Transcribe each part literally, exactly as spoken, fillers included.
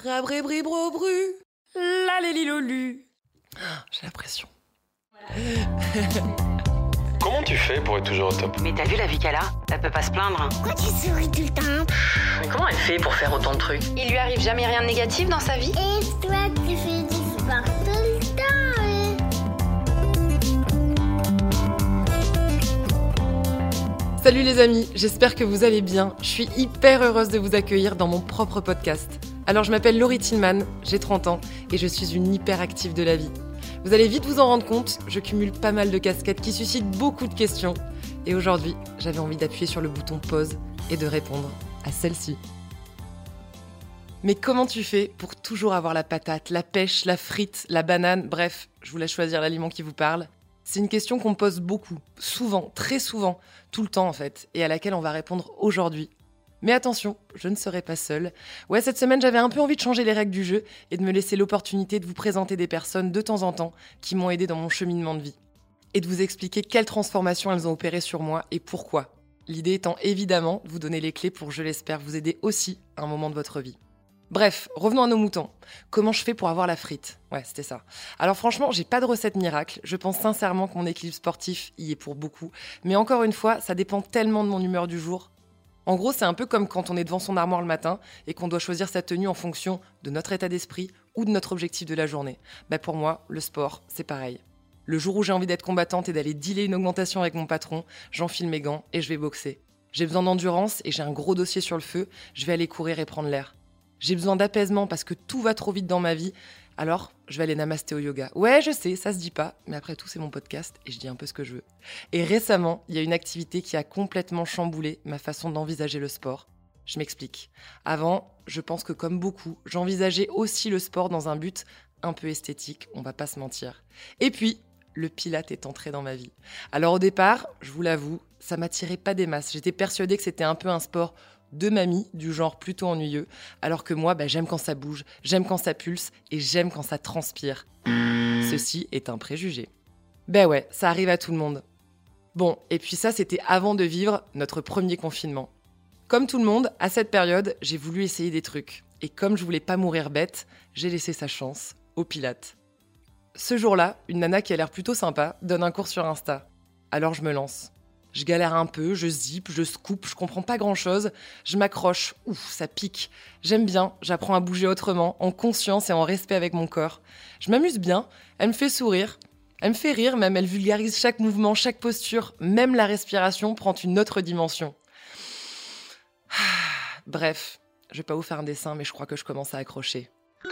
Rabré-bri-bro-bru, la lélilolu. J'ai la pression. Comment tu fais pour être toujours au top ? Mais t'as vu la vie qu'elle a ? Elle peut pas se plaindre. Hein. Pourquoi tu souris tout le temps ? Mais comment elle fait pour faire autant de trucs ? Il lui arrive jamais rien de négatif dans sa vie ? Et toi, tu fais du sport tout le temps, hein ? Salut les amis, j'espère que vous allez bien. Je suis hyper heureuse de vous accueillir dans mon propre podcast. Alors je m'appelle Laurie Tillman, j'ai trente ans et je suis une hyperactive de la vie. Vous allez vite vous en rendre compte, je cumule pas mal de casquettes qui suscitent beaucoup de questions. Et aujourd'hui, j'avais envie d'appuyer sur le bouton pause et de répondre à celle-ci. Mais comment tu fais pour toujours avoir la patate, la pêche, la frite, la banane, bref, je vous laisse choisir l'aliment qui vous parle. C'est une question qu'on me pose beaucoup, souvent, très souvent, tout le temps en fait, et à laquelle on va répondre aujourd'hui. Mais attention, je ne serai pas seule. Ouais, cette semaine, j'avais un peu envie de changer les règles du jeu et de me laisser l'opportunité de vous présenter des personnes de temps en temps qui m'ont aidé dans mon cheminement de vie. Et de vous expliquer quelles transformations elles ont opérées sur moi et pourquoi. L'idée étant évidemment de vous donner les clés pour, je l'espère, vous aider aussi à un moment de votre vie. Bref, revenons à nos moutons. Comment je fais pour avoir la frite ? Ouais, c'était ça. Alors franchement, j'ai pas de recette miracle. Je pense sincèrement que mon équilibre sportif y est pour beaucoup. Mais encore une fois, ça dépend tellement de mon humeur du jour. En gros, c'est un peu comme quand on est devant son armoire le matin et qu'on doit choisir sa tenue en fonction de notre état d'esprit ou de notre objectif de la journée. Bah pour moi, le sport, c'est pareil. Le jour où j'ai envie d'être combattante et d'aller dealer une augmentation avec mon patron, j'enfile mes gants et je vais boxer. J'ai besoin d'endurance et j'ai un gros dossier sur le feu, je vais aller courir et prendre l'air. J'ai besoin d'apaisement parce que tout va trop vite dans ma vie, alors je vais aller namasté au yoga. Ouais, je sais, ça se dit pas, mais après tout, c'est mon podcast et je dis un peu ce que je veux. Et récemment, il y a une activité qui a complètement chamboulé ma façon d'envisager le sport. Je m'explique. Avant, je pense que comme beaucoup, j'envisageais aussi le sport dans un but un peu esthétique, on va pas se mentir. Et puis, le pilate est entré dans ma vie. Alors au départ, je vous l'avoue, ça m'attirait pas des masses. J'étais persuadée que c'était un peu un sport de mamie, du genre plutôt ennuyeux, alors que moi, bah, j'aime quand ça bouge, j'aime quand ça pulse et j'aime quand ça transpire. Ceci est un préjugé. Ben ouais, ça arrive à tout le monde. Bon, et puis ça, c'était avant de vivre notre premier confinement. Comme tout le monde, à cette période, j'ai voulu essayer des trucs. Et comme je voulais pas mourir bête, j'ai laissé sa chance au Pilates. Ce jour-là, une nana qui a l'air plutôt sympa donne un cours sur Insta. Alors je me lance. Je galère un peu, je zippe, je scoop, je comprends pas grand-chose. Je m'accroche, ouf, ça pique. J'aime bien, j'apprends à bouger autrement, en conscience et en respect avec mon corps. Je m'amuse bien, elle me fait sourire. Elle me fait rire même, elle vulgarise chaque mouvement, chaque posture. Même la respiration prend une autre dimension. Bref, je vais pas vous faire un dessin, mais je crois que je commence à accrocher.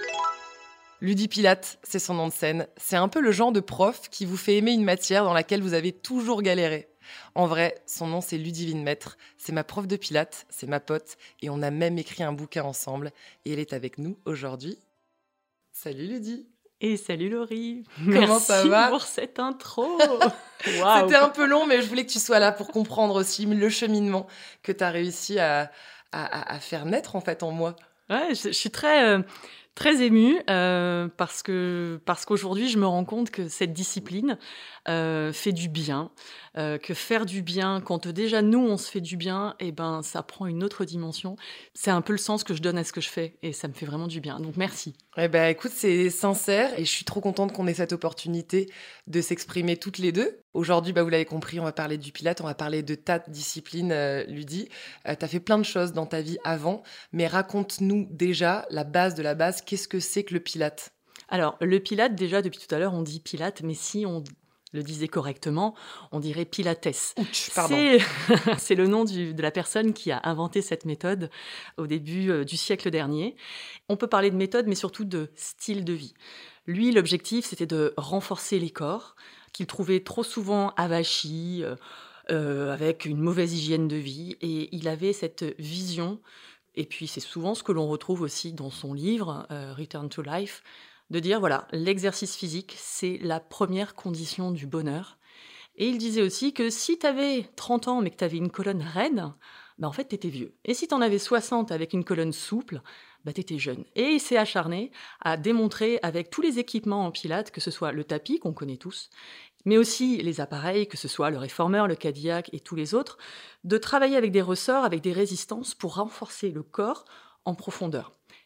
Ludie Pilate, c'est son nom de scène. C'est un peu le genre de prof qui vous fait aimer une matière dans laquelle vous avez toujours galéré. En vrai, son nom c'est Ludivine Maître, c'est ma prof de pilates, c'est ma pote, et on a même écrit un bouquin ensemble, et elle est avec nous aujourd'hui. Salut Ludie. Et salut Laurie. Comment ça va ? Merci pour cette intro. Wow. C'était un peu long, mais je voulais que tu sois là pour comprendre aussi le cheminement que tu as réussi à, à, à faire naître en fait en moi. Ouais, je, je suis très... Euh... Très émue euh, parce que parce qu'aujourd'hui je me rends compte que cette discipline euh, fait du bien, euh, que faire du bien quand déjà nous on se fait du bien, et ben ça prend une autre dimension. C'est un peu le sens que je donne à ce que je fais et ça me fait vraiment du bien. Donc merci. Eh ben écoute, c'est sincère et je suis trop contente qu'on ait cette opportunité de s'exprimer toutes les deux. Aujourd'hui, bah vous l'avez compris, on va parler du Pilate, on va parler de ta discipline, euh, Ludie. Euh, t'as fait plein de choses dans ta vie avant, mais raconte-nous déjà la base de la base. Qu'est-ce que c'est que le Pilate ? Alors, le Pilate, déjà, depuis tout à l'heure, on dit Pilate, mais si on le disait correctement, on dirait Pilates. Ouch, pardon. C'est, c'est le nom du, de la personne qui a inventé cette méthode au début euh, du siècle dernier. On peut parler de méthode, mais surtout de style de vie. Lui, l'objectif, c'était de renforcer les corps, qu'il trouvait trop souvent avachis, euh, euh, avec une mauvaise hygiène de vie. Et il avait cette vision, et puis c'est souvent ce que l'on retrouve aussi dans son livre, euh, Return to Life, de dire, voilà, l'exercice physique, c'est la première condition du bonheur. Et il disait aussi que si tu avais trente ans, mais que tu avais une colonne raide, bah en fait, tu étais vieux. Et si tu en avais soixante avec une colonne souple, bah tu étais jeune. Et il s'est acharné à démontrer avec tous les équipements en pilates, que ce soit le tapis, qu'on connaît tous, mais aussi les appareils, que ce soit le réformeur, le Cadillac et tous les autres, de travailler avec des ressorts, avec des résistances pour renforcer le corps en profondeur.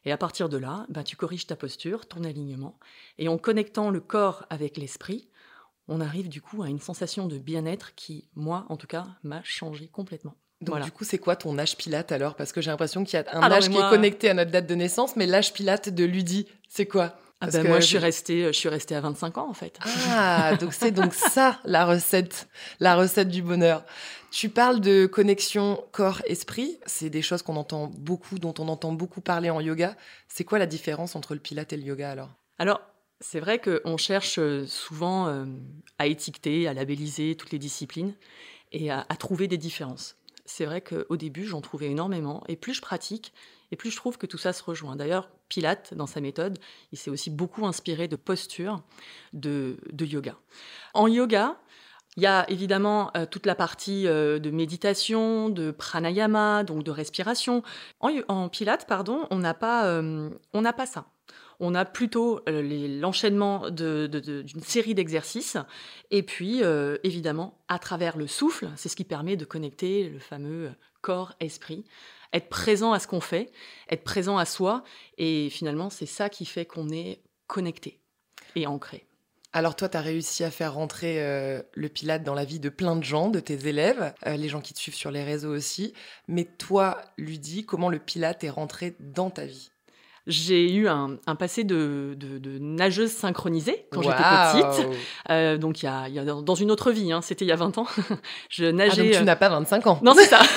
Et à partir de là, ben, tu corriges ta posture, ton alignement. Et en connectant le corps avec l'esprit, on arrive du coup à une sensation de bien-être qui, moi, en tout cas, m'a changé complètement. Donc Voilà. du coup, c'est quoi ton âge Pilate alors? Parce que j'ai l'impression qu'il y a un Alors, âge mais qui moi- est connecté à notre date de naissance, mais l'âge Pilate de Ludi, c'est quoi? Ah Parce ben, que moi, je suis, restée, je suis restée à vingt-cinq ans, en fait. Ah, donc c'est donc ça la recette, la recette du bonheur. Tu parles de connexion corps-esprit, c'est des choses qu'on entend beaucoup, dont on entend beaucoup parler en yoga. C'est quoi la différence entre le Pilate et le yoga alors? Alors, c'est vrai qu'on cherche euh, souvent euh, à étiqueter, à labelliser toutes les disciplines et à, à trouver des différences. C'est vrai qu'au début, j'en trouvais énormément. Et plus je pratique, et plus je trouve que tout ça se rejoint. D'ailleurs, Pilate, dans sa méthode, il s'est aussi beaucoup inspiré de postures de, de yoga. En yoga, il y a évidemment euh, toute la partie euh, de méditation, de pranayama, donc de respiration. En, en Pilate, pardon, on n'a pas, euh, on n'a pas ça. On a plutôt euh, les, l'enchaînement de, de, de, d'une série d'exercices et puis, euh, évidemment, à travers le souffle, c'est ce qui permet de connecter le fameux corps-esprit, être présent à ce qu'on fait, être présent à soi et finalement, c'est ça qui fait qu'on est connecté et ancré. Alors toi, tu as réussi à faire rentrer euh, le Pilate dans la vie de plein de gens, de tes élèves, euh, les gens qui te suivent sur les réseaux aussi. Mais toi, Ludi, comment le Pilate est rentré dans ta vie? J'ai eu un, un passé de, de, de nageuse synchronisée quand Waouh. j'étais petite. Euh, donc, il y a, il y a dans une autre vie, hein, c'était il y a vingt ans. Je nageais. Ah, donc tu euh, n'as pas vingt-cinq ans. Non, c'est ça.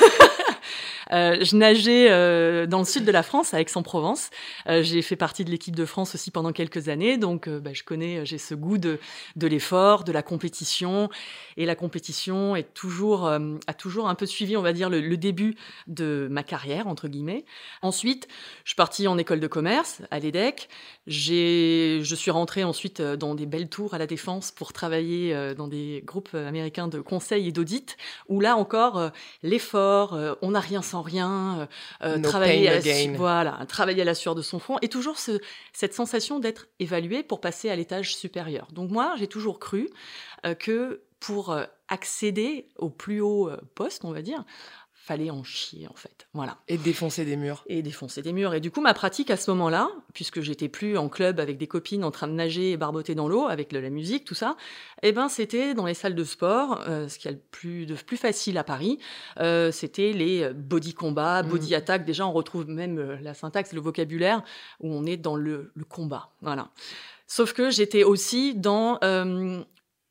Euh, je nageais euh, dans le sud de la France, à Aix-en-Provence. Euh, j'ai fait partie de l'équipe de France aussi pendant quelques années, donc euh, bah, je connais, j'ai ce goût de, de l'effort, de la compétition. Et la compétition est toujours, euh, a toujours un peu suivi, on va dire, le, le début de ma carrière, entre guillemets. Ensuite, je suis partie en école de commerce, à l'EDEC. J'ai, je suis rentrée ensuite dans des belles tours à la Défense pour travailler euh, dans des groupes américains de conseil et d'audit, où là encore, euh, l'effort, euh, on n'a rien sans rien, euh, No travailler, pain, à no la, su- gain. voilà, travailler à la sueur de son front, et toujours ce, cette sensation d'être évalué pour passer à l'étage supérieur. Donc moi, j'ai toujours cru euh, que pour euh, accéder au plus haut euh, poste, on va dire, fallait en chier en fait. Voilà. Et défoncer des murs. Et défoncer des murs. Et du coup, ma pratique à ce moment-là, puisque j'étais plus en club avec des copines en train de nager et barboter dans l'eau, avec de la musique, tout ça, eh ben, c'était dans les salles de sport, euh, ce qu'il y a le plus, de plus facile à Paris, euh, c'était les body combat, body Mm. attack. Déjà, on retrouve même euh, la syntaxe, le vocabulaire, où on est dans le, le combat. Voilà. Sauf que j'étais aussi dans... Euh,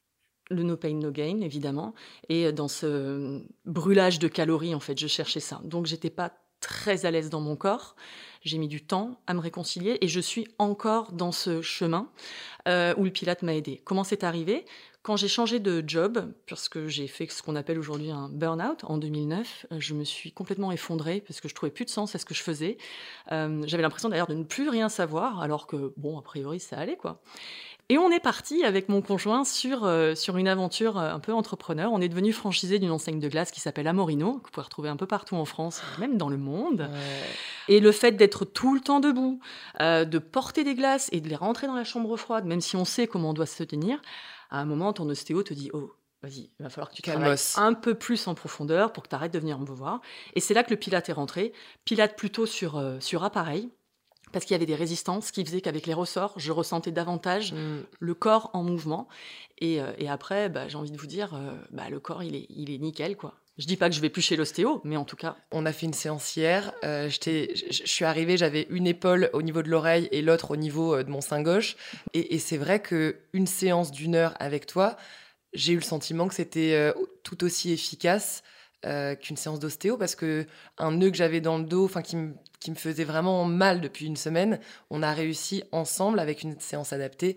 le no pain, no gain, évidemment. Et dans ce brûlage de calories, en fait, je cherchais ça. Donc, j'étais pas très à l'aise dans mon corps. J'ai mis du temps à me réconcilier et je suis encore dans ce chemin euh, où le Pilate m'a aidée. Comment c'est arrivé ? Quand j'ai changé de job, parce que j'ai fait ce qu'on appelle aujourd'hui un burn-out en deux mille neuf, je me suis complètement effondrée parce que je trouvais plus de sens à ce que je faisais. Euh, j'avais l'impression d'ailleurs de ne plus rien savoir, alors que, bon, a priori, ça allait, quoi. Et on est parti avec mon conjoint sur, euh, sur une aventure euh, un peu entrepreneur. On est devenu franchisé d'une enseigne de glace qui s'appelle Amorino, que vous pouvez retrouver un peu partout en France, même dans le monde. Ouais. Et le fait d'être tout le temps debout, euh, de porter des glaces et de les rentrer dans la chambre froide, même si on sait comment on doit se tenir, à un moment, ton ostéo te dit « Oh, vas-y, il va falloir que tu travailles Calmos. un peu plus en profondeur pour que tu arrêtes de venir me voir. » Et c'est là que le Pilate est rentré. Pilate plutôt sur, euh, sur appareil, parce qu'il y avait des résistances qui faisaient qu'avec les ressorts, je ressentais davantage Mm. le corps en mouvement. Et, euh, et après, bah, j'ai envie de vous dire, euh, bah, le corps, il est, il est nickel, quoi. Je dis pas que je vais plus chez l'ostéo, mais en tout cas... On a fait une séance hier. Euh, j'étais- je je suis arrivée, j'avais une épaule au niveau de l'oreille et l'autre au niveau euh, de mon sein gauche. Et, et c'est vrai qu'une séance d'une heure avec toi, j'ai eu le sentiment que c'était euh, tout aussi efficace euh, qu'une séance d'ostéo parce que un nœud que j'avais dans le dos, enfin qui me qui me faisait vraiment mal depuis une semaine, on a réussi ensemble avec une séance adaptée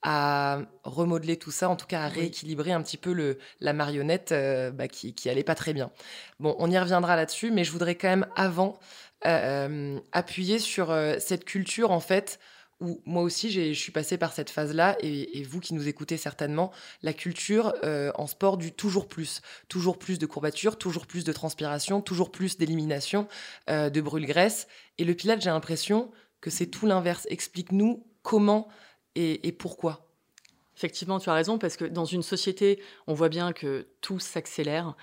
à remodeler tout ça, en tout cas à Oui. rééquilibrer un petit peu le, la marionnette euh, bah, qui, qui allait pas très bien. Bon, on y reviendra là-dessus, mais je voudrais quand même avant euh, appuyer sur euh, cette culture en fait où moi aussi j'ai, je suis passée par cette phase-là et, et vous qui nous écoutez certainement, la culture euh, en sport du toujours plus, toujours plus de courbatures, toujours plus de transpiration, toujours plus d'élimination, euh, de brûle-graisse. Et le Pilate, j'ai l'impression que c'est tout l'inverse. Explique-nous comment et, et pourquoi. Effectivement, tu as raison, parce que dans une société, on voit bien que tout s'accélère,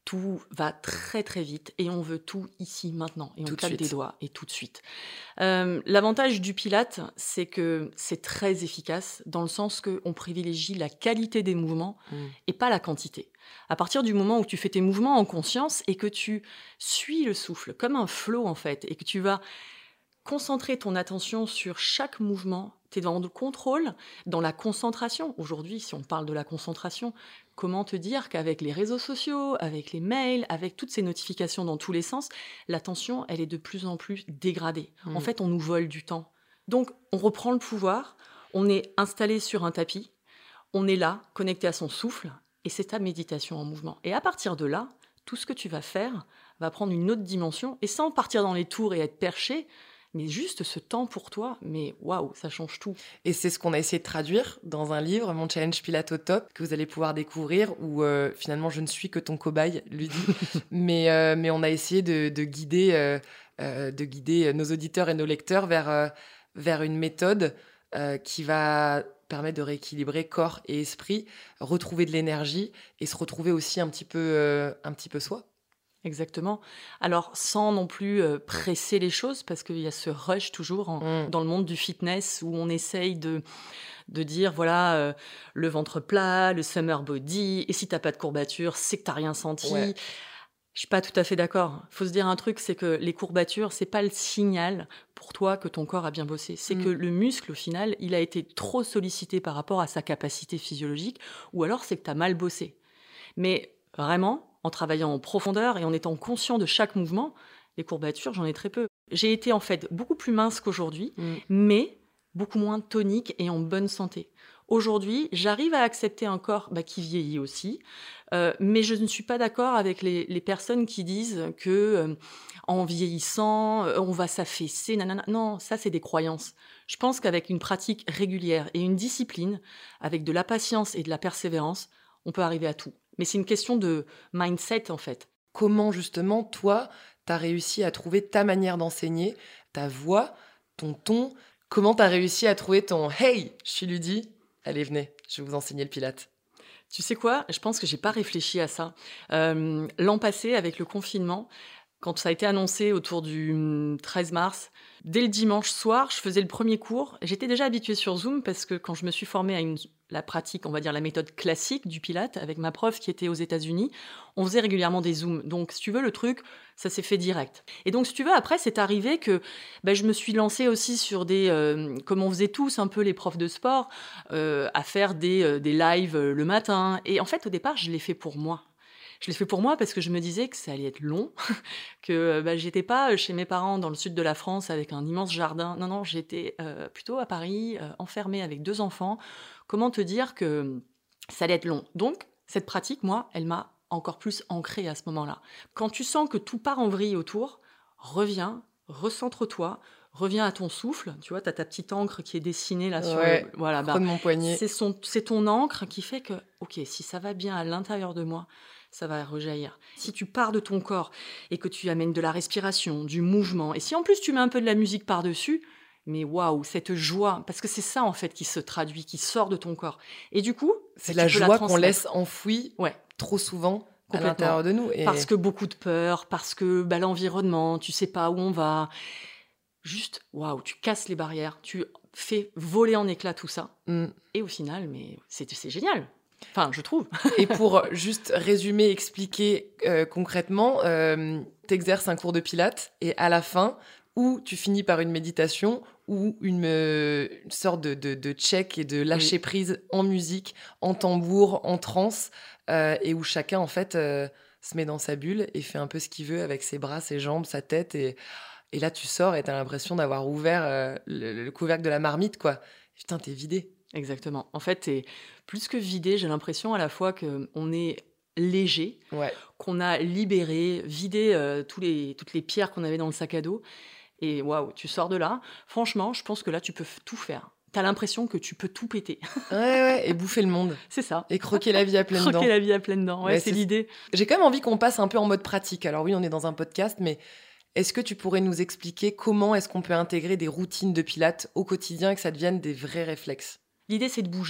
Tout va très très vite et on veut tout ici, maintenant. Et on Tout de claque suite. des doigts et tout de suite. Euh, l'avantage du Pilate, c'est que c'est très efficace dans le sens qu'on privilégie la qualité des mouvements Mm. et pas la quantité. À partir du moment où tu fais tes mouvements en conscience et que tu suis le souffle comme un flot en fait et que tu vas concentrer ton attention sur chaque mouvement, tu es dans le contrôle, dans la concentration. Aujourd'hui, si on parle de la concentration, comment te dire qu'avec les réseaux sociaux, avec les mails, avec toutes ces notifications dans tous les sens, l'attention, elle est de plus en plus dégradée. Mm. En fait, on nous vole du temps. Donc, on reprend le pouvoir, on est installé sur un tapis, on est là, connecté à son souffle, et c'est ta méditation en mouvement. Et à partir de là, tout ce que tu vas faire va prendre une autre dimension, et sans partir dans les tours et être perché, mais juste ce temps pour toi, mais waouh, ça change tout. Et c'est ce qu'on a essayé de traduire dans un livre, Mon Challenge Pilate au top, que vous allez pouvoir découvrir, où euh, finalement je ne suis que ton cobaye, lui dit. mais, euh, mais on a essayé de, de, guider, euh, euh, de guider nos auditeurs et nos lecteurs vers, euh, vers une méthode euh, qui va permettre de rééquilibrer corps et esprit, retrouver de l'énergie et se retrouver aussi un petit peu, euh, un petit peu soi. Exactement. Alors, sans non plus euh, presser les choses, parce qu'il y a ce rush toujours en, Mm. dans le monde du fitness où on essaye de, de dire, voilà, euh, le ventre plat, le summer body, et si t'as pas de courbature, c'est que t'as rien senti. Ouais. Je suis pas tout à fait d'accord. Il faut se dire un truc, c'est que les courbatures, c'est pas le signal pour toi que ton corps a bien bossé. C'est Mm. que le muscle, au final, il a été trop sollicité par rapport à sa capacité physiologique, ou alors c'est que t'as mal bossé. Mais vraiment, en travaillant en profondeur et en étant conscient de chaque mouvement, les courbatures, j'en ai très peu. J'ai été en fait beaucoup plus mince qu'aujourd'hui, Mm. mais beaucoup moins tonique et en bonne santé. Aujourd'hui, j'arrive à accepter un corps bah, qui vieillit aussi, euh, mais je ne suis pas d'accord avec les, les personnes qui disent que euh, en vieillissant, euh, on va s'affaisser. Nanana. Non, ça, c'est des croyances. Je pense qu'avec une pratique régulière et une discipline, avec de la patience et de la persévérance, on peut arriver à tout. Mais c'est une question de mindset, en fait. Comment, justement, toi, t'as réussi à trouver ta manière d'enseigner, ta voix, ton ton? Comment t'as réussi à trouver ton « Hey, je suis Ludie, allez, venez, je vais vous enseigner le Pilate ». Tu sais quoi? Je pense que j'ai pas réfléchi à ça. Euh, l'an passé, avec le confinement, quand ça a été annoncé autour du treize mars, dès le dimanche soir, je faisais le premier cours. J'étais déjà habituée sur Zoom parce que quand je me suis formée à une, la pratique, on va dire la méthode classique du Pilate, avec ma prof qui était aux États-Unis, on faisait régulièrement des Zooms. Donc, si tu veux, le truc, ça s'est fait direct. Et donc, si tu veux, après, c'est arrivé que ben, je me suis lancée aussi sur des, euh, comme on faisait tous un peu les profs de sport, euh, à faire des, euh, des lives euh, le matin. Et en fait, au départ, je l'ai fait pour moi. Je l'ai fait pour moi parce que je me disais que ça allait être long, que bah, j'étais pas chez mes parents dans le sud de la France avec un immense jardin. Non, non, j'étais euh, plutôt à Paris, euh, enfermée avec deux enfants. Comment te dire que ça allait être long? Donc, cette pratique, moi, elle m'a encore plus ancrée à ce moment-là. Quand tu sens que tout part en vrille autour, reviens, recentre-toi, reviens à ton souffle. Tu vois, tu as ta petite encre qui est dessinée là sur Ouais, le... Voilà, bah, de mon poignet. c'est, son, c'est ton encre qui fait que, ok, si ça va bien à l'intérieur de moi, ça va rejaillir. Si tu pars de ton corps et que tu amènes de la respiration, du mouvement, et si en plus tu mets un peu de la musique par-dessus, mais waouh, cette joie, parce que c'est ça en fait qui se traduit, qui sort de ton corps. Et du coup, C'est tu la peux joie qu'on transmettre. laisse enfouie Ouais. trop souvent à Complètement. l'intérieur de nous. Et... Parce que beaucoup de peur, parce que bah, l'environnement, tu sais pas où on va. Juste, waouh, tu casses les barrières, tu fais voler en éclats tout ça. Mm. Et au final, mais c'est, c'est génial. Enfin, je trouve. Et pour juste résumer, expliquer euh, concrètement, euh, t'exerces un cours de Pilates et à la fin, ou tu finis par une méditation ou une, euh, une sorte de, de, de check et de lâcher prise en musique, en tambour, en trance, euh, et où chacun en fait euh, se met dans sa bulle et fait un peu ce qu'il veut avec ses bras, ses jambes, sa tête. Et, et là, tu sors et t'as l'impression d'avoir ouvert euh, le, le couvercle de la marmite, quoi. Putain, t'es vidé. Exactement. En fait, t'es plus que vidé, j'ai l'impression à la fois qu'on est léger, Ouais. qu'on a libéré, vidé euh, tous les, toutes les pierres qu'on avait dans le sac à dos. Et waouh, tu sors de là. Franchement, je pense que là, tu peux f- tout faire. T'as l'impression que tu peux tout péter. Ouais, ouais, et bouffer le monde. C'est ça. Et croquer la vie à pleines dents. Croquer la vie à pleines dents. Ouais, Ouais, c'est, c'est- l'idée. J'ai quand même envie qu'on passe un peu en mode pratique. Alors oui, on est dans un podcast, mais est-ce que tu pourrais nous expliquer comment est-ce qu'on peut intégrer des routines de Pilates au quotidien et que ça devienne des vrais réflexes? L'idée, c'est de bouger.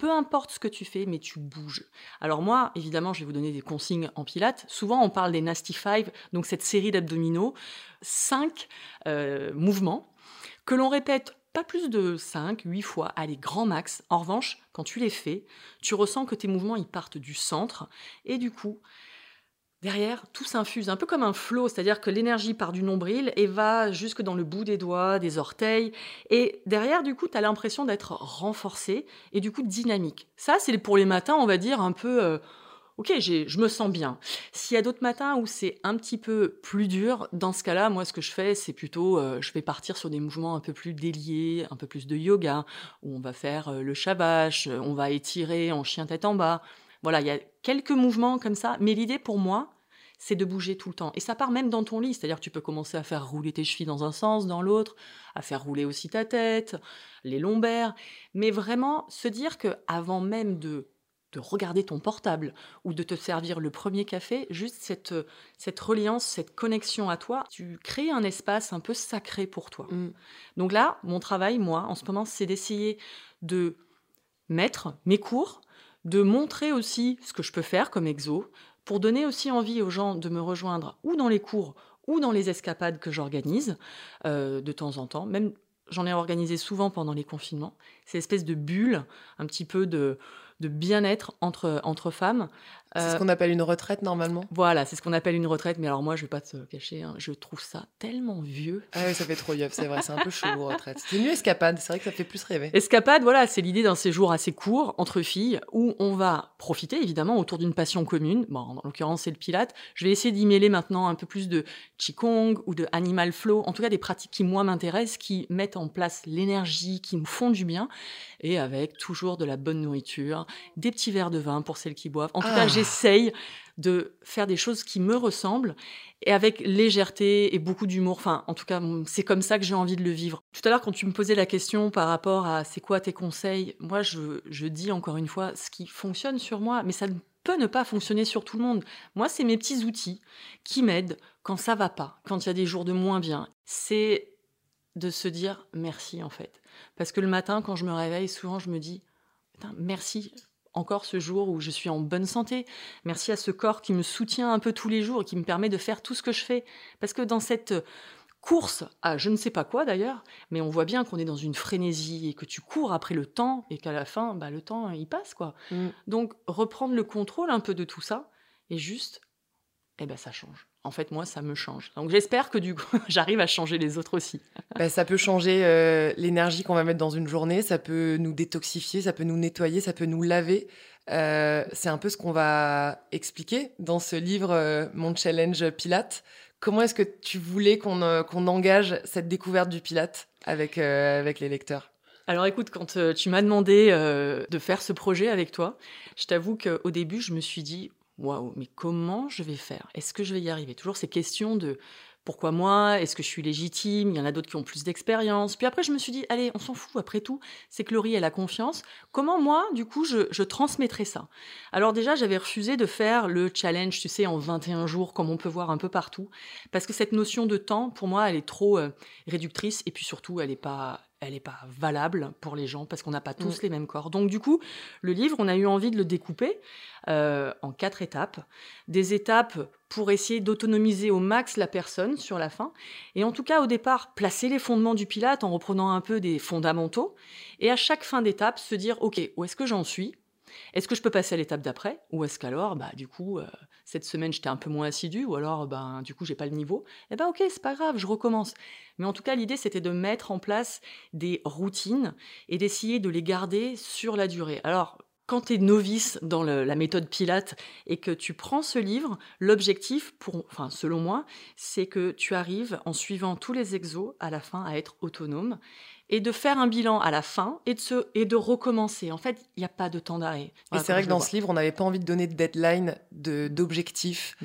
peu importe ce que tu fais, mais tu bouges. Alors moi, évidemment, je vais vous donner des consignes en pilates. Souvent, on parle des Nasty Five, donc cette série d'abdominaux, cinq euh, mouvements que l'on répète pas plus de cinq, huit fois, allez, grand max. En revanche, quand tu les fais, tu ressens que tes mouvements, ils partent du centre. Et du coup, derrière, tout s'infuse, un peu comme un flow, c'est-à-dire que l'énergie part du nombril et va jusque dans le bout des doigts, des orteils. Et derrière, du coup, tu as l'impression d'être renforcé et du coup dynamique. Ça, c'est pour les matins, on va dire, un peu... euh, Ok, j'ai, je me sens bien. S'il y a d'autres matins où c'est un petit peu plus dur, dans ce cas-là, moi, ce que je fais, c'est plutôt, euh, je vais partir sur des mouvements un peu plus déliés, un peu plus de yoga, où on va faire euh, le shavash, euh, on va étirer en chien tête en bas. Voilà, il y a quelques mouvements comme ça, mais l'idée pour moi, c'est de bouger tout le temps. Et ça part même dans ton lit, c'est-à-dire que tu peux commencer à faire rouler tes chevilles dans un sens, dans l'autre, à faire rouler aussi ta tête, les lombaires, mais vraiment se dire que avant même de de regarder ton portable ou de te servir le premier café, juste cette, cette reliance, cette connexion à toi, tu crées un espace un peu sacré pour toi. Mm. Donc là, mon travail, moi, en ce moment, c'est d'essayer de mettre mes cours, de montrer aussi ce que je peux faire comme exo, pour donner aussi envie aux gens de me rejoindre ou dans les cours ou dans les escapades que j'organise euh, de temps en temps. Même, j'en ai organisé souvent pendant les confinements. C'est l'espèce de bulle, un petit peu de... de bien-être entre, entre femmes. C'est Euh, ce qu'on appelle une retraite, normalement. Voilà, c'est ce qu'on appelle une retraite. Mais alors moi, je vais pas te cacher, hein, je trouve ça tellement vieux. Ah oui, ça fait trop yeuf, c'est vrai, c'est un peu chelou, retraite. C'est mieux escapade, c'est vrai que ça fait plus rêver. Escapade, voilà, c'est l'idée d'un séjour assez court entre filles où on va profiter évidemment autour d'une passion commune. Bon, en l'occurrence, c'est le pilate. Je vais essayer d'y mêler maintenant un peu plus de qigong ou de animal flow. En tout cas, des pratiques qui moi m'intéressent, qui mettent en place l'énergie, qui me font du bien, et avec toujours de la bonne nourriture, des petits verres de vin pour celles qui boivent. En tout Ah. cas, j'essaye de faire des choses qui me ressemblent et avec légèreté et beaucoup d'humour. Enfin, en tout cas, c'est comme ça que j'ai envie de le vivre. Tout à l'heure, quand tu me posais la question par rapport à c'est quoi tes conseils, moi, je, je dis encore une fois ce qui fonctionne sur moi, mais ça ne peut ne pas fonctionner sur tout le monde. Moi, c'est mes petits outils qui m'aident quand ça va pas, quand il y a des jours de moins bien. C'est de se dire merci, en fait. Parce que le matin, quand je me réveille, souvent, je me dis putain, merci encore ce jour où je suis en bonne santé. Merci à ce corps qui me soutient un peu tous les jours et qui me permet de faire tout ce que je fais. Parce que dans cette course à je ne sais pas quoi d'ailleurs, mais on voit bien qu'on est dans une frénésie et que tu cours après le temps et qu'à la fin, bah, le temps, il passe, quoi. Mm. Donc, reprendre le contrôle un peu de tout ça et juste, eh ben, ça change. En fait, moi, ça me change. Donc, j'espère que du coup, j'arrive à changer les autres aussi. Bah, ça peut changer euh, l'énergie qu'on va mettre dans une journée, ça peut nous détoxifier, ça peut nous nettoyer, ça peut nous laver. Euh, c'est un peu ce qu'on va expliquer dans ce livre, euh, Mon Challenge Pilate. Comment est-ce que tu voulais qu'on euh, qu'on engage cette découverte du Pilate avec, euh, avec les lecteurs ? Alors écoute, quand euh, tu m'as demandé euh, de faire ce projet avec toi, je t'avoue qu'au début, je me suis dit waouh, mais comment je vais faire ? Est-ce que je vais y arriver ? Toujours ces questions de pourquoi moi ? Est-ce que je suis légitime ? Il y en a d'autres qui ont plus d'expérience. Puis après, je me suis dit, allez, on s'en fout, après tout, c'est que Laurie, elle a confiance. Comment moi, du coup, je, je transmettrai ça ? Alors déjà, j'avais refusé de faire le challenge, tu sais, en vingt et un jours, comme on peut voir un peu partout, parce que cette notion de temps, pour moi, elle est trop euh, réductrice, et puis surtout, elle n'est pas... elle n'est pas valable pour les gens, parce qu'on n'a pas tous Mmh. les mêmes corps. Donc du coup, le livre, on a eu envie de le découper euh, en quatre étapes. Des étapes pour essayer d'autonomiser au max la personne sur la fin. Et en tout cas, au départ, placer les fondements du Pilate en reprenant un peu des fondamentaux. Et à chaque fin d'étape, se dire, OK, où est-ce que j'en suis ? Est-ce que je peux passer à l'étape d'après ? Ou est-ce qu'alors, bah, du coup, euh, cette semaine, j'étais un peu moins assidue, ou alors, bah, du coup, j'ai pas le niveau ? Eh ben, ok, c'est pas grave, je recommence. Mais en tout cas, l'idée, c'était de mettre en place des routines et d'essayer de les garder sur la durée. Alors, quand tu es novice dans le- la méthode Pilate et que tu prends ce livre, l'objectif, pour, enfin, selon moi, c'est que tu arrives, en suivant tous les exos, à la fin, à être autonome et de faire un bilan à la fin et de, se, et de recommencer. En fait, il n'y a pas de temps d'arrêt. Et Voilà c'est comment vrai je que le dans vois. ce livre, on n'avait pas envie de donner de deadline, de, d'objectifs,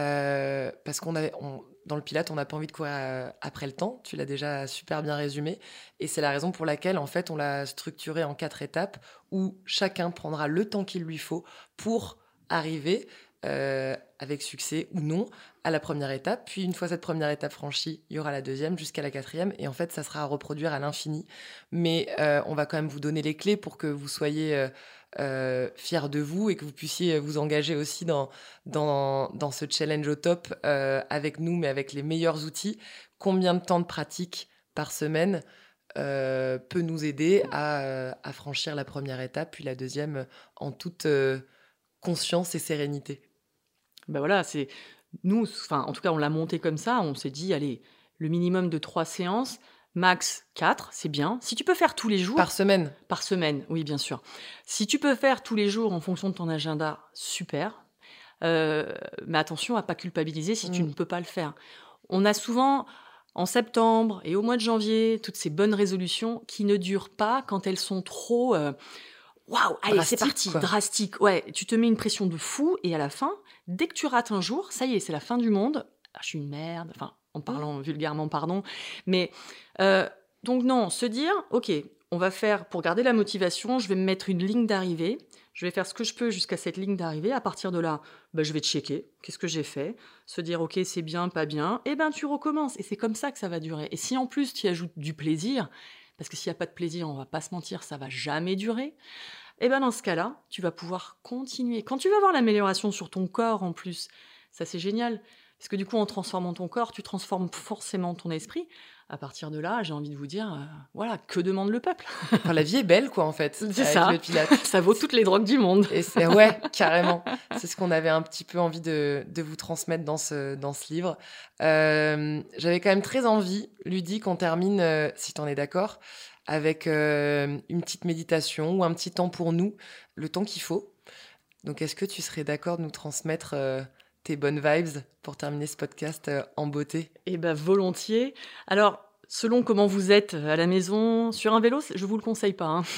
euh, parce qu'on avait, on- dans le Pilate, on n'a pas envie de courir euh, après le temps. Tu l'as déjà super bien résumé. Et c'est la raison pour laquelle, en fait, on l'a structuré en quatre étapes où chacun prendra le temps qu'il lui faut pour arriver, euh, avec succès ou non, à la première étape. Puis, une fois cette première étape franchie, il y aura la deuxième jusqu'à la quatrième. Et en fait, ça sera à reproduire à l'infini. Mais euh, on va quand même vous donner les clés pour que vous soyez... euh, euh, fière de vous et que vous puissiez vous engager aussi dans, dans, dans ce challenge au top euh, avec nous, mais avec les meilleurs outils. Combien de temps de pratique par semaine euh, peut nous aider à, euh, à franchir la première étape, puis la deuxième euh, en toute euh, conscience et sérénité? Ben voilà, c'est nous, enfin, en tout cas, on l'a monté comme ça. On s'est dit, allez, le minimum de trois séances, max quatre, c'est bien. Si tu peux faire tous les jours, Par semaine? par semaine, oui, bien sûr. Si tu peux faire tous les jours en fonction de ton agenda, super. Euh, mais attention à pas culpabiliser si tu Mm. ne peux pas le faire. On a souvent, en septembre et au mois de janvier, toutes ces bonnes résolutions qui ne durent pas quand elles sont trop... euh, Waouh, allez, c'est Drastique, parti, quoi. drastique. Ouais, tu te mets une pression de fou et à la fin, dès que tu rates un jour, ça y est, c'est la fin du monde. Ah, je suis une merde, enfin, en parlant vulgairement, pardon. Mais euh, donc non, se dire, ok, on va faire, pour garder la motivation, je vais me mettre une ligne d'arrivée. Je vais faire ce que je peux jusqu'à cette ligne d'arrivée. À partir de là, bah, je vais checker. Qu'est-ce que j'ai fait? Se dire, ok, c'est bien, pas bien. Et ben, tu recommences. Et c'est comme ça que ça va durer. Et si en plus, tu y ajoutes du plaisir, parce que s'il n'y a pas de plaisir, on va pas se mentir, ça va jamais durer. Et ben dans ce cas-là, tu vas pouvoir continuer. Quand tu vas voir l'amélioration sur ton corps en plus, ça c'est génial. Parce que du coup, en transformant ton corps, tu transformes forcément ton esprit. À partir de là, j'ai envie de vous dire, euh, voilà, que demande le peuple? Enfin, la vie est belle, quoi, en fait, C'est avec ça. le Pilates. Ça vaut toutes les drogues du monde. Et c'est, ouais, carrément. C'est ce qu'on avait un petit peu envie de, de vous transmettre dans ce, dans ce livre. Euh, j'avais quand même très envie, Ludie, qu'on termine, euh, si t'en es d'accord, avec euh, une petite méditation ou un petit temps pour nous, le temps qu'il faut. Donc, est-ce que tu serais d'accord de nous transmettre euh, tes bonnes vibes pour terminer ce podcast euh, en beauté? Eh ben volontiers. Alors, selon comment vous êtes à la maison, sur un vélo, je vous le conseille pas. Hein.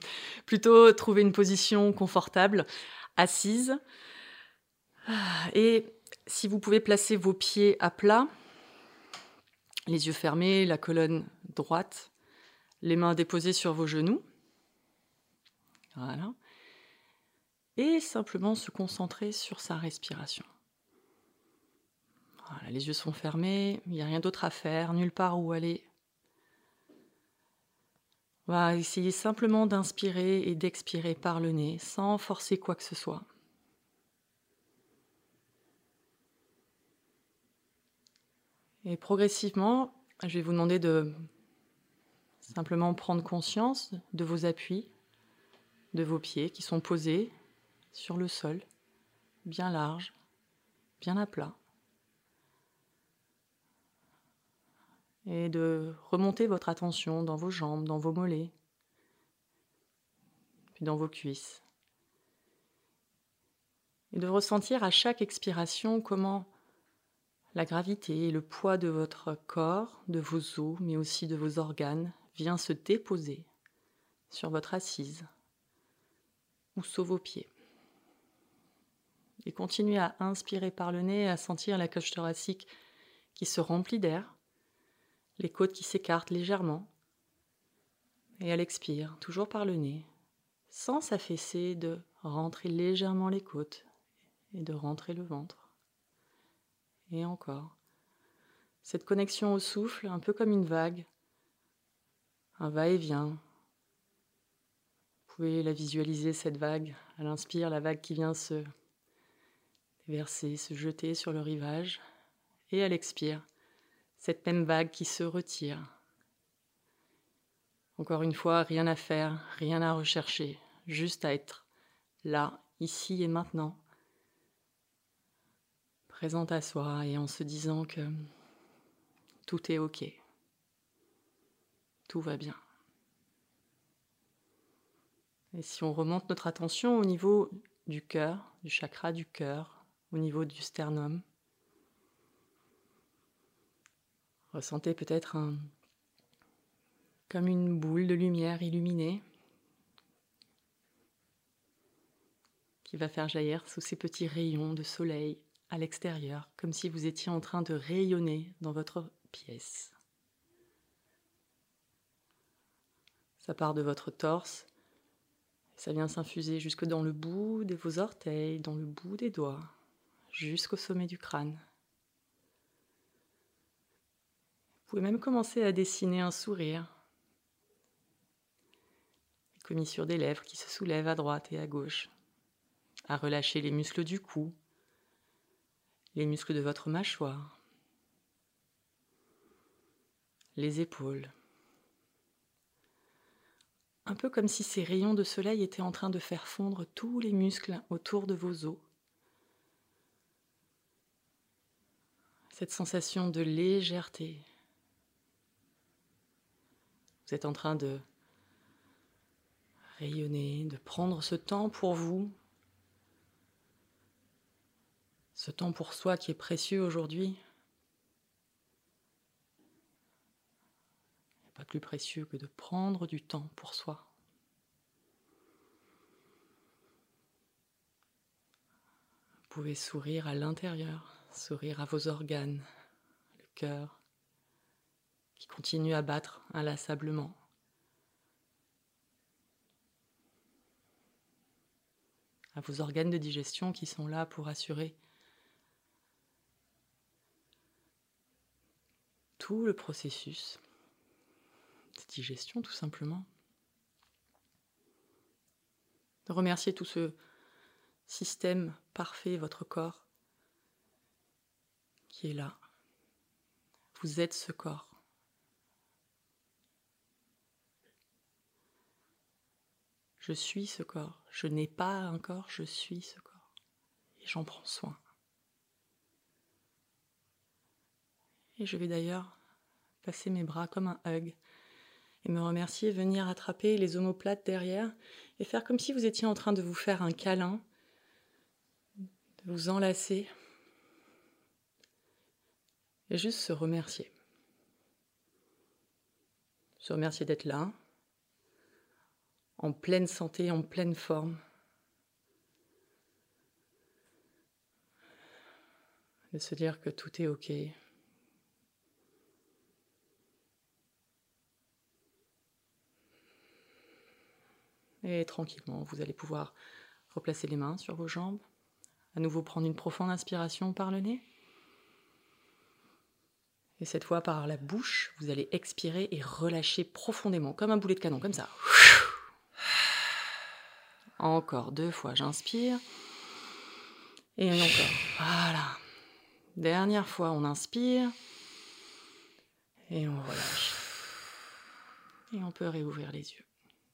Plutôt trouver une position confortable, assise. Et si vous pouvez placer vos pieds à plat, les yeux fermés, la colonne droite, les mains déposées sur vos genoux. Voilà. Et simplement se concentrer sur sa respiration. Voilà, les yeux sont fermés, il n'y a rien d'autre à faire, nulle part où aller. On va essayer simplement d'inspirer et d'expirer par le nez, sans forcer quoi que ce soit. Et progressivement, je vais vous demander de simplement prendre conscience de vos appuis, de vos pieds qui sont posés sur le sol, bien large, bien à plat. Et de remonter votre attention dans vos jambes, dans vos mollets, puis dans vos cuisses. Et de ressentir à chaque expiration comment la gravité et le poids de votre corps, de vos os, mais aussi de vos organes, vient se déposer sur votre assise ou sous vos pieds. Et continuez à inspirer par le nez, à sentir la cage thoracique qui se remplit d'air, les côtes qui s'écartent légèrement. Et à l'expire, toujours par le nez, sans s'affaisser, de rentrer légèrement les côtes et de rentrer le ventre. Et encore. Cette connexion au souffle, un peu comme une vague, un va-et-vient. Vous pouvez la visualiser, cette vague. À l'inspire, la vague qui vient se verser, se jeter sur le rivage. Et à l'expire, cette même vague qui se retire. Encore une fois, rien à faire, rien à rechercher, juste à être là, ici et maintenant, présente à soi et en se disant que tout est ok, tout va bien. Et si on remonte notre attention au niveau du cœur, du chakra du cœur, au niveau du sternum, ressentez peut-être un, comme une boule de lumière illuminée qui va faire jaillir sous ces petits rayons de soleil à l'extérieur, comme si vous étiez en train de rayonner dans votre pièce. Ça part de votre torse, ça vient s'infuser jusque dans le bout de vos orteils, dans le bout des doigts, jusqu'au sommet du crâne. Vous pouvez même commencer à dessiner un sourire. commissure des lèvres qui se soulèvent à droite et à gauche, à relâcher les muscles du cou, les muscles de votre mâchoire, les épaules. Un peu comme si ces rayons de soleil étaient en train de faire fondre tous les muscles autour de vos os. Cette sensation de légèreté. Vous êtes en train de rayonner, de prendre ce temps pour vous, ce temps pour soi qui est précieux aujourd'hui. Il n'y a pas plus précieux que de prendre du temps pour soi. Vous pouvez sourire à l'intérieur. Sourire à vos organes, le cœur qui continue à battre inlassablement. À vos organes de digestion qui sont là pour assurer tout le processus de digestion tout simplement. De remercier tout ce système parfait, votre corps, qui est là. Vous êtes ce corps. Je suis ce corps. Je n'ai pas un corps, je suis ce corps. Et j'en prends soin. Et je vais d'ailleurs passer mes bras comme un hug et me remercier, venir attraper les omoplates derrière et faire comme si vous étiez en train de vous faire un câlin, de vous enlacer. Et juste se remercier. Se remercier d'être là, en pleine santé, en pleine forme. De se dire que tout est ok. Et tranquillement, vous allez pouvoir replacer les mains sur vos jambes, à nouveau prendre une profonde inspiration par le nez. Et cette fois, par la bouche, vous allez expirer et relâcher profondément, comme un boulet de canon, comme ça. Encore deux fois, j'inspire. Et encore. Voilà. Dernière fois, on inspire. Et on relâche. Et on peut réouvrir les yeux.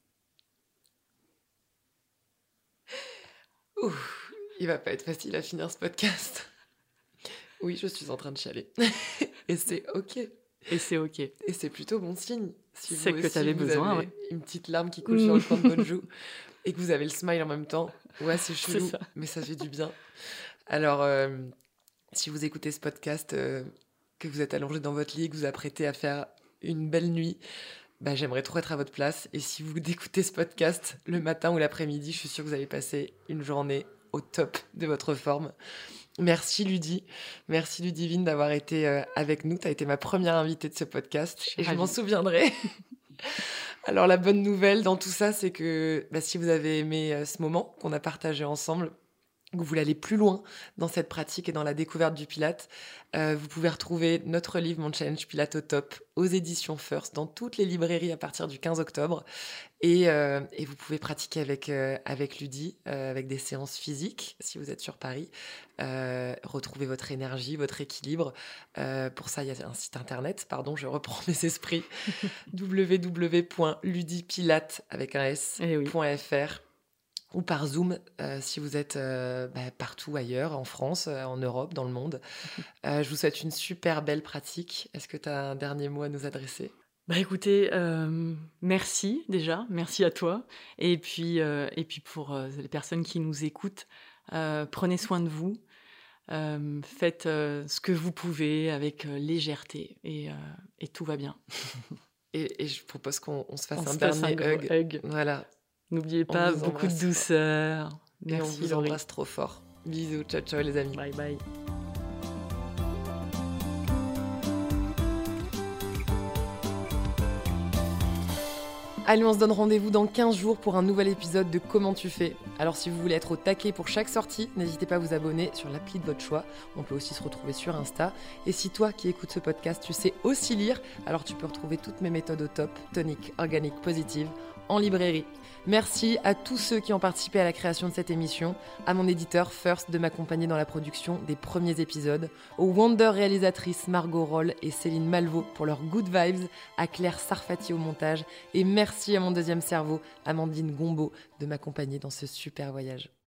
Ouh, il va pas être facile à finir ce podcast. Oui, je suis en train de chialer. Et c'est ok. Et c'est ok. Et c'est plutôt bon signe. Si c'est vous que aussi, tu avais vous besoin, avez ouais. une petite larme qui coule sur le coin de votre joue et que vous avez le smile en même temps. Ouais, c'est chelou, C'est ça. mais ça fait du bien. Alors, euh, si vous écoutez ce podcast, euh, que vous êtes allongé dans votre lit, que vous apprêtez à faire une belle nuit, bah, j'aimerais trop être à votre place. Et si vous écoutez ce podcast le matin ou l'après-midi, je suis sûre que vous allez passer une journée au top de votre forme. Merci Ludie, merci Ludivine d'avoir été euh, avec nous. Tu as été ma première invitée de ce podcast et je m'en souviendrai. Alors la bonne nouvelle dans tout ça, c'est que bah, si vous avez aimé euh, ce moment qu'on a partagé ensemble, que vous voulez aller plus loin dans cette pratique et dans la découverte du Pilate, euh, vous pouvez retrouver notre livre Mon Challenge Pilate au top aux éditions First dans toutes les librairies à partir du quinze octobre. Et, euh, et vous pouvez pratiquer avec, euh, avec Ludie, euh, avec des séances physiques, si vous êtes sur Paris. Euh, retrouver votre énergie, votre équilibre. Euh, pour ça, il y a un site internet, pardon, je reprends mes esprits, w w w point ludipilate avec un s point f r ou par Zoom, euh, si vous êtes euh, bah, partout ailleurs, en France, euh, en Europe, dans le monde. Euh, je vous souhaite une super belle pratique. Est-ce que tu as un dernier mot à nous adresser ? Bah écoutez, euh, merci déjà, merci à toi. Et puis, euh, et puis pour euh, les personnes qui nous écoutent, euh, prenez soin de vous. Euh, faites euh, ce que vous pouvez avec euh, légèreté et, euh, et tout va bien. et, et je propose qu'on on se fasse on un se dernier passe un hug. hug. Voilà. N'oubliez On pas, vous beaucoup de embrasse douceur. Fort. Merci, et on vous Laurie. embrasse trop fort. Bisous, ciao ciao les amis. Bye bye. Allez, on se donne rendez-vous dans quinze jours pour un nouvel épisode de Comment tu fais. Alors si vous voulez être au taquet pour chaque sortie, n'hésitez pas à vous abonner sur l'appli de votre choix. On peut aussi se retrouver sur Insta. Et si toi qui écoutes ce podcast, tu sais aussi lire, alors tu peux retrouver toutes mes méthodes au top, tonique, organique, positive, en librairie. Merci à tous ceux qui ont participé à la création de cette émission, à mon éditeur First de m'accompagner dans la production des premiers épisodes, aux Wonder réalisatrices Margot Roll et Céline Malvaux pour leurs good vibes, à Claire Sarfati au montage, et merci à mon deuxième cerveau, Amandine Gombeau, de m'accompagner dans ce super voyage.